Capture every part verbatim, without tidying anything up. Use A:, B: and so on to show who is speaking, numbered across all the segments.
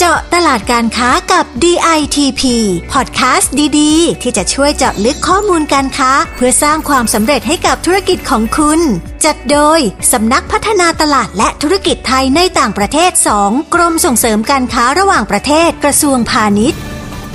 A: เจาะตลาดการค้ากับ ดี ไอ ที พี พอดแคสต์ดีๆที่จะช่วยเจาะลึกข้อมูลการค้าเพื่อสร้างความสำเร็จให้กับธุรกิจของคุณจัดโดยสำนักพัฒนาตลาดและธุรกิจไทยในต่างประเทศสองกรมส่งเสริมการค้าระหว่างประเทศกระทรวงพาณิชย์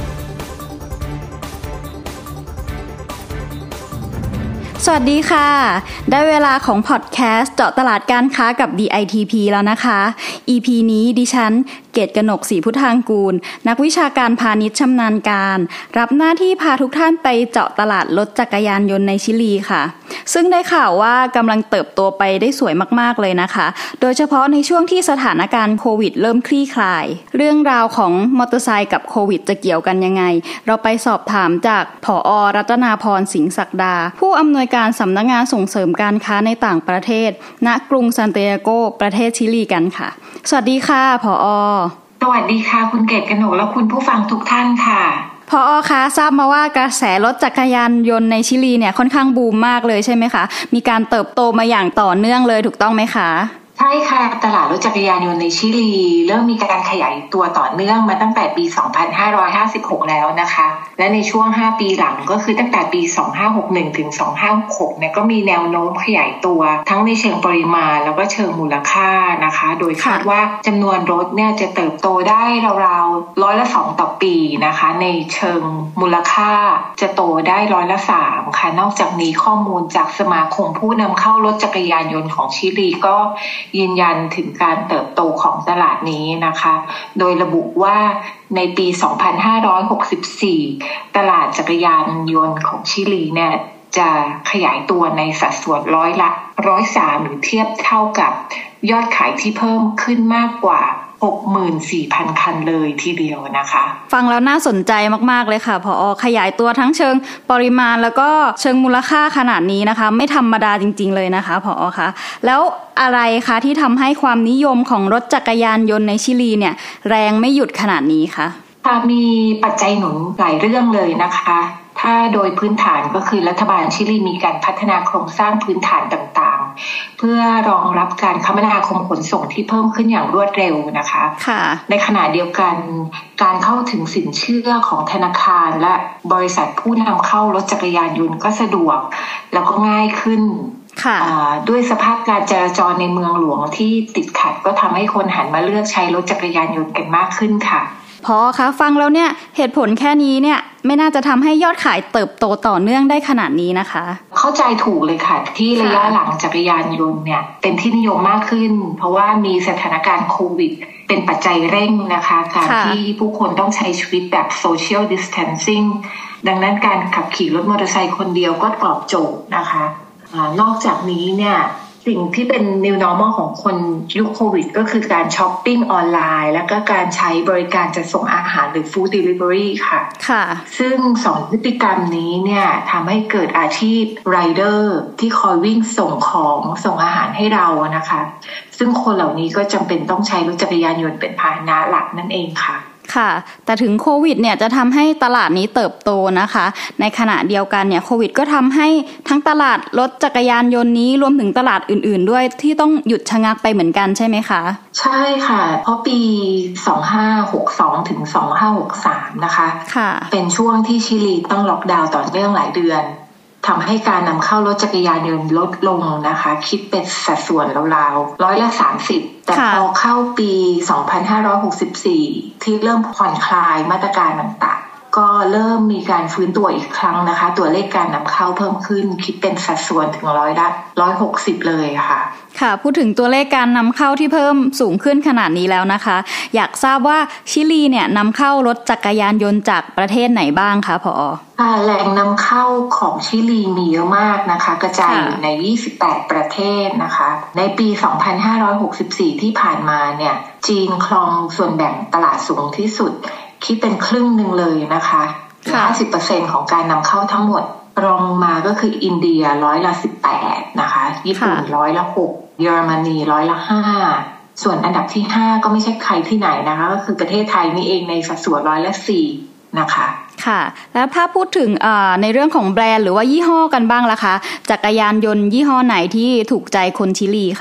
B: สวัสดีค่ะได้เวลาของพอดแคสต์เจาะตลาดการค้ากับ ดี ไอ ที พี แล้วนะคะ อี พี นี้ดิฉันเกตกนกศรีพุทธางกูลนักวิชาการพาณิชย์ชำนาญการรับหน้าที่พาทุกท่านไปเจาะตลาดรถจักรยานยนต์ในชิลีค่ะซึ่งได้ข่าวว่ากำลังเติบโตไปได้สวยมากๆเลยนะคะโดยเฉพาะในช่วงที่สถานการณ์โควิดเริ่มคลี่คลายเรื่องราวของมอเตอร์ไซค์กับโควิดจะเกี่ยวกันยังไงเราไปสอบถามจากผอ.รัตนาพรสิงห์ศักดาผู้อำนวยการสำนักงานส่งเสริมการค้าในต่างประเทศณกรุงซานติอาโกประเทศชิลีกันค่ะสวัสดีค่ะผอ.
C: สวัสดีค่ะคุณเกตกนกและคุณผู้ฟังทุกท่านค่ะ
B: ผอ.คะทราบมาว่ากระแสรถจักรยานยนต์ในชิลีเนี่ยค่อนข้างบูมมากเลยใช่ไหมคะมีการเติบโตมาอย่างต่อเนื่องเลยถูกต้องไหมคะ
C: ใช่ค่ะตลาดรถจักรยานยนต์ในชิลีเริ่มมีการขยายตัวต่อเนื่องมาตั้งแต่ปีสองพันห้าร้อยห้าสิบหกแล้วนะคะและในช่วงห้าปีหลังก็คือตั้งแต่ปีสองพันห้าร้อยหกสิบเอ็ดถึงสองพันห้าร้อยหกสิบหกเนี่ยก็มีแนวโน้มขยายตัวทั้งในเชิงปริมาณแล้วก็เชิงมูลค่านะคะโดยคาดว่าจำนวนรถเนี่ยจะเติบโตได้ราวๆร้อยละสองต่อปีนะคะในเชิงมูลค่าจะโตได้ร้อยละสามค่ะนอกจากนี้ข้อมูลจากสมาคมผู้นำเข้ารถจักรยานยนต์ของชิลีก็ยืนยันถึงการเติบโตของตลาดนี้นะคะโดยระบุว่าในปีสองพันห้าร้อยหกสิบสี่ตลาดจักรยานยนต์ของชิลีเนี่ยจะขยายตัวในสัดส่วนร้อยละร้อยสามหรือเทียบเท่ากับยอดขายที่เพิ่มขึ้นมากกว่า หกหมื่นสี่พัน คันเลยทีเดียวนะคะ
B: ฟังแล้วน่าสนใจมากๆเลยค่ะผอ.ขยายตัวทั้งเชิงปริมาณแล้วก็เชิงมูลค่าขนาดนี้นะคะไม่ธรรมดาจริงๆเลยนะคะผอ.คะแล้วอะไรคะที่ทำให้ความนิยมของรถจักรยานยนต์ในชิลีเนี่ยแรงไม่หยุดขนาดนี้คะ
C: ค่ะมีปัจจัยหนุนหลายเรื่องเลยนะคะถ้าโดยพื้นฐานก็คือรัฐบาลชิลีมีการพัฒนาโครงสร้างพื้นฐานต่างๆเพื่อรองรับการคมนาคมขนส่งที่เพิ่มขึ้นอย่างรวดเร็วนะคะในขณะเดียวกันการเข้าถึงสินเชื่อของธนาคารและบริษัทผู้นำเข้ารถจักรยานยนต์ก็สะดวกแล้วก็ง่ายขึ้นด้วยสภาพการจราจรในเมืองหลวงที่ติดขัดก็ทำให้คนหันมาเลือกใช้รถจักรยานยนต์กันมากขึ้นค่ะ
B: พอคะฟังแล้วเนี่ยเหตุผลแค่นี้เนี่ยไม่น่าจะทำให้ยอดขายเติบโตต่อเนื่องได้ขนาดนี้นะคะ
C: เข้าใจถูกเลยค่ะที่ระยะหลังจักรยานยนต์เนี่ยเป็นที่นิยมมากขึ้นเพราะว่ามีสถานการณ์โควิดเป็นปัจจัยเร่งนะคะการที่ผู้คนต้องใช้ชีวิตแบบ social distancing ดังนั้นการขับขี่รถมอเตอร์ไซค์คนเดียวก็ตอบโจทย์นะคะนอกจากนี้เนี่ยสิ่งที่เป็น new normal ของคนยุคโควิดก็คือการช้อปปิ้งออนไลน์แล้วก็การใช้บริการจัดส่งอาหารหรือ food delivery ค่ะค่ะซึ่งสองพฤติกรรมนี้เนี่ยทำให้เกิดอาชีพไรเดอร์ที่คอยวิ่งส่งของส่งอาหารให้เรานะคะซึ่งคนเหล่านี้ก็จำเป็นต้องใช้รถจักรยานยนต์เป็นพาหนะหลักนั่นเองค่ะ
B: ค่ะแต่ถึงโควิดเนี่ยจะทำให้ตลาดนี้เติบโตนะคะในขณะเดียวกันเนี่ยโควิดก็ทำให้ทั้งตลาดรถจักรยานยนต์นี้รวมถึงตลาดอื่นๆด้วยที่ต้องหยุดชะงักไปเหมือนกันใช่ไหมคะ
C: ใช่ค่ะเพราะปีสองพันห้าร้อยหกสิบสองถึงสองพันห้าร้อยหกสิบสามนะคะค่ะเป็นช่วงที่ชิลีต้องล็อกดาวน์ต่อเนื่องหลายเดือนทำให้การนำเข้ารถจักรยานยนต์ลดลงนะคะคิดเป็นสัดส่วนราวๆร้อยละสามสิบแต่พอเข้าปีสองพันห้าร้อยหกสิบสี่ที่เริ่มผ่อนคลายมาตรการต่างๆก็เริ่มมีการฟื้นตัวอีกครั้งนะคะตัวเลขการนำเข้าเพิ่มขึ้นคิดเป็นสัดส่วนถึงร้อยละร้อยหกสิบเลยค่ะ
B: ค่ะพูดถึงตัวเลขการนำเข้าที่เพิ่มสูงขึ้นขนาดนี้แล้วนะคะอยากทราบว่าชิลีเนี่ยนำเข้ารถจักรยานยนต์จากประเทศไหนบ้างคะผอ.
C: ค่ะแหล่งนำเข้าของชิลีมีเยอะมากนะคะกระจายอยู่ในยี่สิบแปดประเทศนะคะในปีสองพันห้าร้อยหกสิบสี่ที่ผ่านมาเนี่ยจีนครองส่วนแบ่งตลาดสูงที่สุดคิดเป็นครึ่งหนึ่งเลยนะคะ ห้าสิบเปอร์เซ็นต์ ของการนำเข้าทั้งหมดรองมาก็คืออินเดียร้อยละสิบแปดนะคะญี่ปุ่นร้อยละหกเยอรมนีร้อยละห้าส่วนอันดับที่ห้าก็ไม่ใช่ใครที่ไหนนะคะก็คือประเทศไทยนี่เองในสัดส่วนร้อยละสี่นะคะ
B: ค่ะแล้วถ้าพูดถึงในเรื่องของแบรนด์หรือว่ายี่ห้อกันบ้างล่ะคะจักรยานยนต์ยี่ห้อไหนที่ถูกใจคนชิลีคะ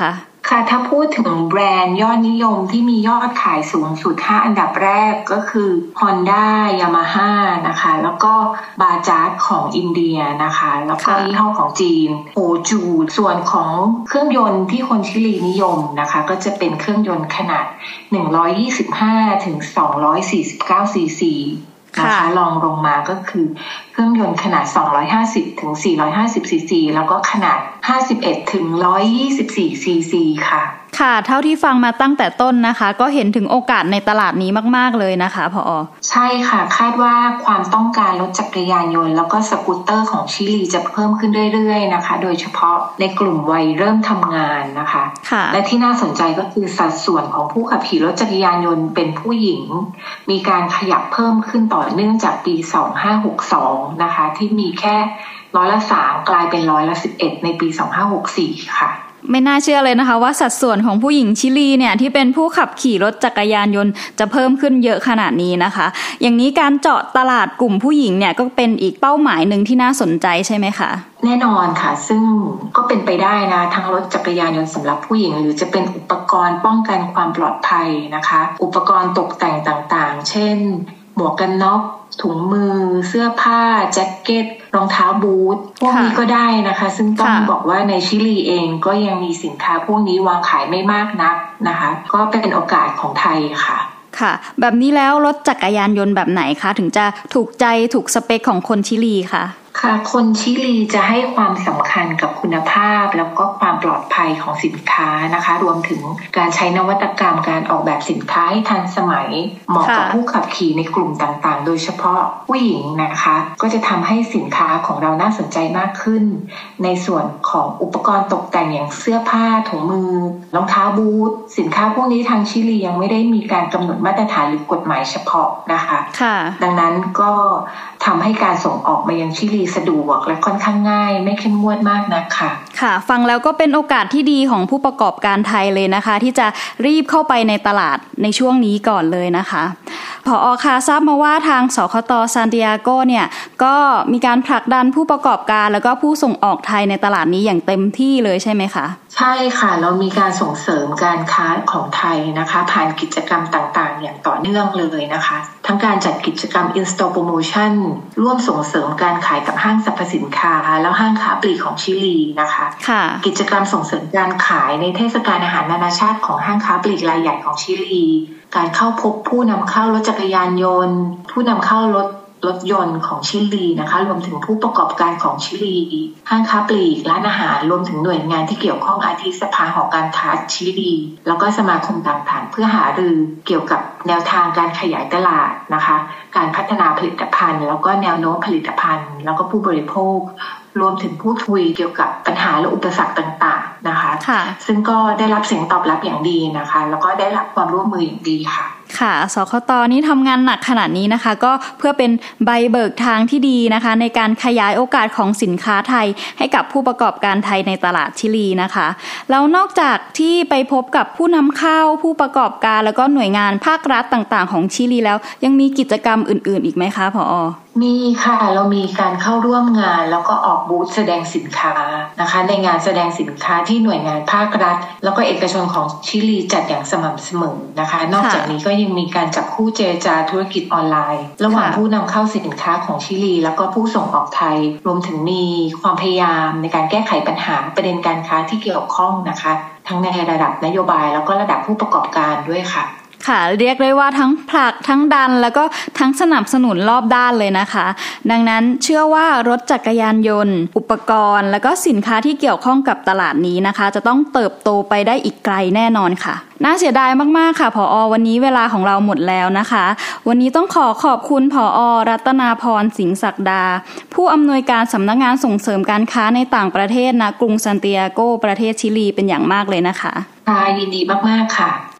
C: ค่ะถ้าพูดถึงแบรนด์ยอดนิยมที่มียอดขายสูงสุดห้าอันดับแรกก็คือ Honda Yamaha นะคะแล้วก็ Bajaj ของอินเดียนะคะแล้วก็ยี่ห้อของจีนโอจูส่วนของเครื่องยนต์ที่คนชิลีนิยมนะคะก็จะเป็นเครื่องยนต์ขนาดหนึ่งร้อยยี่สิบห้าถึงสองร้อยสี่สิบเก้าซีซีนะคะลองลงมาก็คือเครื่องยนต์ขนาดสองร้อยห้าสิบถึงสี่ร้อยห้าสิบซีซีแล้วก็ขนาดห้าสิบเอ็ดถึงหนึ่งร้อยยี่สิบสี่ซีซีค่ะ
B: ค่ะเท่าที่ฟังมาตั้งแต่ต้นนะคะก็เห็นถึงโอกาสในตลาดนี้มากๆเลยนะคะผอ.
C: ใช่ค่ะคาดว่าความต้องการรถจักรยานยนต์แล้วก็สกูตเตอร์ของชิลีจะเพิ่มขึ้นเรื่อยๆนะคะโดยเฉพาะในกลุ่มวัยเริ่มทำงานนะคะและที่น่าสนใจก็คือสัดส่วนของผู้ขับขี่รถจักรยานยนต์เป็นผู้หญิงมีการขยับเพิ่มขึ้นต่อเนื่องจากปีสองพันห้าร้อยหกสิบสองนะคะที่มีแค่ร้อยละสามกลายเป็นร้อยละสิบเอ็ดในปีสองพันห้าร้อยหกสิบสี่ค่ะ
B: ไม่น่าเชื่อเลยนะคะว่าสัดส่วนของผู้หญิงชิลีเนี่ยที่เป็นผู้ขับขี่รถจักรยานยนต์จะเพิ่มขึ้นเยอะขนาดนี้นะคะอย่างนี้การเจาะตลาดกลุ่มผู้หญิงเนี่ยก็เป็นอีกเป้าหมายหนึ่งที่น่าสนใจใช่ไหมคะ
C: แน่นอนค่ะซึ่งก็เป็นไปได้นะทั้งรถจักรยานยนต์สำหรับผู้หญิงหรือจะเป็นอุปกรณ์ป้องกันความปลอดภัยนะคะอุปกรณ์ตกแต่งต่างๆเช่นหมวกกันน็อกถุงมือเสื้อผ้าแจ็คเก็ตรองเท้าบูทพวกนี้ก็ได้นะคะซึ่งต้องบอกว่าในชิลีเองก็ยังมีสินค้าพวกนี้วางขายไม่มากนักนะคะก็เป็นโอกาสของไทยค่ะ
B: ค่ะแบบนี้แล้วรถจักรยานยนต์แบบไหนคะถึงจะถูกใจถูกสเปคของคนชิลีคะ
C: ค่ะคนชิลีจะให้ความสำคัญกับคุณภาพแล้วก็ความปลอดภัยของสินค้านะคะรวมถึงการใช้นวัตกรรมการออกแบบสินค้าให้ทันสมัยเหมาะกับผู้ขับขี่ในกลุ่มต่างๆโดยเฉพาะผู้หญิงนะคะก็จะทำให้สินค้าของเราน่าสนใจมากขึ้นในส่วนของอุปกรณ์ตกแต่งอย่างเสื้อผ้าถุงมือรองเท้าบูทสินค้าพวกนี้ทางชิลียังไม่ได้มีการกำหนดมาตรฐานหรือกฎหมายเฉพาะนะคะดังนั้นก็ทำให้การส่งออกมายังชิลีสะดวกและค่อนข้างง่ายไม่เข้มงวดมากนักค่ะ
B: ค่ะฟังแล้วก็เป็นโอกาสที่ดีของผู้ประกอบการไทยเลยนะคะที่จะรีบเข้าไปในตลาดในช่วงนี้ก่อนเลยนะคะผอ.คะทราบมาว่าทางสคต.ซานติอาโกเนี่ยก็มีการผลักดันผู้ประกอบการแล้วก็ผู้ส่งออกไทยในตลาดนี้อย่างเต็มที่เลยใช่ไหมคะ
C: ใช่ค่ะเรามีการส่งเสริมการค้าของไทยนะคะผ่านกิจกรรมต่างๆอย่างต่อเนื่องเลยนะคะทั้งการจัดกิจกรรม In-Store Promotion ร่วมส่งเสริมการขายกับห้างสรรพสินค้าแล้วห้างค้าปลีกของชิลีนะคะกิจกรรมส่งเสริมการขายในเทศกาลอาหารนานาชาติของห้างค้าปลีกรายใหญ่ของชิลีการเข้าพบผู้นำเข้ารถจักรยานยนต์ผู้นำเข้ารถรถยนต์ของชิลีนะคะรวมถึงผู้ประกอบการของชิลีห้างค้าปลีกร้านอาหารรวมถึงหน่วยงานที่เกี่ยวข้องอาทิสภาหอการค้าชิลีแล้วก็สมาคมต่างๆเพื่อหารือเกี่ยวกับแนวทางการขยายตลาดนะคะการพัฒนาผลิตภัณฑ์แล้วก็แนวโน้มผลิตภัณฑ์แล้วก็ผู้บริโภครวมถึงพูดคุยเกี่ยวกับปัญหาและอุปสรรคต่างๆนะคะซึ่งก็ได้รับเสียงตอบรับอย่างดีนะคะแล้วก็ได้รับความร่วมมืออย่างดีค่ะ
B: ค่ะสคต.นี่ทำงานหนักขนาดนี้นะคะก็เพื่อเป็นใบเบิกทางที่ดีนะคะในการขยายโอกาสของสินค้าไทยให้กับผู้ประกอบการไทยในตลาดชิลีนะคะแล้วนอกจากที่ไปพบกับผู้นำเข้าผู้ประกอบการแล้วก็หน่วยงานภาครัฐต่างๆของชิลีแล้วยังมีกิจกรรมอื่นๆอีกไหมคะผอ.
C: มีค่ะเรามีการเข้าร่วมงานแล้วก็ออกบูธแสดงสินค้านะคะในงานแสดงสินค้าที่หน่วยงานภาครัฐแล้วก็เอกชนของชิลีจัดอย่างสม่ำเสมอนะคะนอกจากนี้ก็ยังมีการจับคู่เจรจาธุรกิจออนไลน์ระหว่างผู้นำเข้าสินค้าของชิลีแล้วก็ผู้ส่งออกไทยรวมถึงมีความพยายามในการแก้ไขปัญหาประเด็นการค้าที่เกี่ยวข้องนะคะทั้งในระดับนโยบายแล้วก็ระดับผู้ประกอบการด้วยค่ะ
B: ค่ะเรียกได้ว่าทั้งผลักทั้งดันแล้วก็ทั้งสนับสนุนรอบด้านเลยนะคะดังนั้นเชื่อว่ารถจักรยานยนต์อุปกรณ์แล้วก็สินค้าที่เกี่ยวข้องกับตลาดนี้นะคะจะต้องเติบโตไปได้อีกไกลแน่นอนค่ะน่าเสียดายมากๆค่ะผอ.วันนี้เวลาของเราหมดแล้วนะคะวันนี้ต้องขอขอบคุณผอ.รัตนาพรสิงห์ศักดาผู้อำนวยการสำนักงานส่งเสริมการค้าในต่างประเทศณกรุงซานติอาโกประเทศชิลีเป็นอย่างมากเลยนะคะ
C: ค่ะยินดีมากๆค่ะ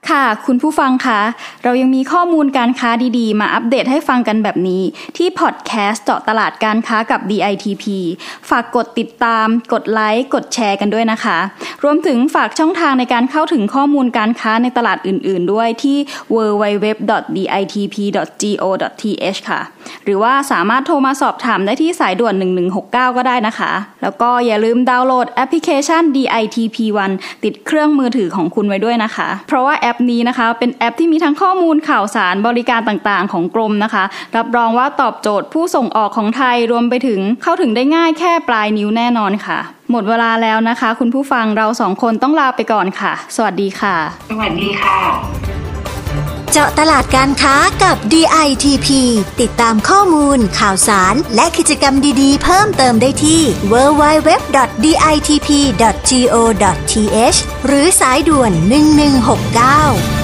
B: ค่ะคุณผู้ฟังคะเรายังมีข้อมูลการค้าดีๆมาอัปเดตให้ฟังกันแบบนี้ที่พอดแคสต์เจาะตลาดการค้ากับ ดี ไอ ที พี ฝากกดติดตามกดไลค์กดแชร์กันด้วยนะคะรวมถึงฝากช่องทางในการเข้าถึงข้อมูลการค้าในตลาดอื่นๆด้วยที่ ดับเบิลยู ดับเบิลยู ดับเบิลยู ดอท ดี ไอ ที พี ดอท จี โอ ดอท ที เอช ค่ะหรือว่าสามารถโทรมาสอบถามได้ที่สายด่วนหนึ่งหนึ่งหกเก้าก็ได้นะคะแล้วก็อย่าลืมดาวน์โหลดแอปพลิเคชัน ดี ไอ ที พี วัน ติดเครื่องมือถือของคุณไว้ด้วยนะคะเพราะว่าแอปนี้นะคะเป็นแอปที่มีทั้งข้อมูลข่าวสารบริการต่างๆของกรมนะคะรับรองว่าตอบโจทย์ผู้ส่งออกของไทยรวมไปถึงเข้าถึงได้ง่ายแค่ปลายนิ้วแน่นอนค่ะหมดเวลาแล้วนะคะคุณผู้ฟังเราสองคนต้องลาไปก่อนค่ะสวัสดีค่ะ
C: สวัสดีค่ะ
A: เจาะตลาดการค้ากับ ดี ไอ ที พี ติดตามข้อมูลข่าวสารและกิจกรรมดีๆเพิ่มเติมได้ที่ ดับเบิลยู ดับเบิลยู ดับเบิลยู ดอท ดี ไอ ที พี ดอท จี โอ ดอท ที เอช หรือสายด่วนหนึ่งหนึ่งหกเก้า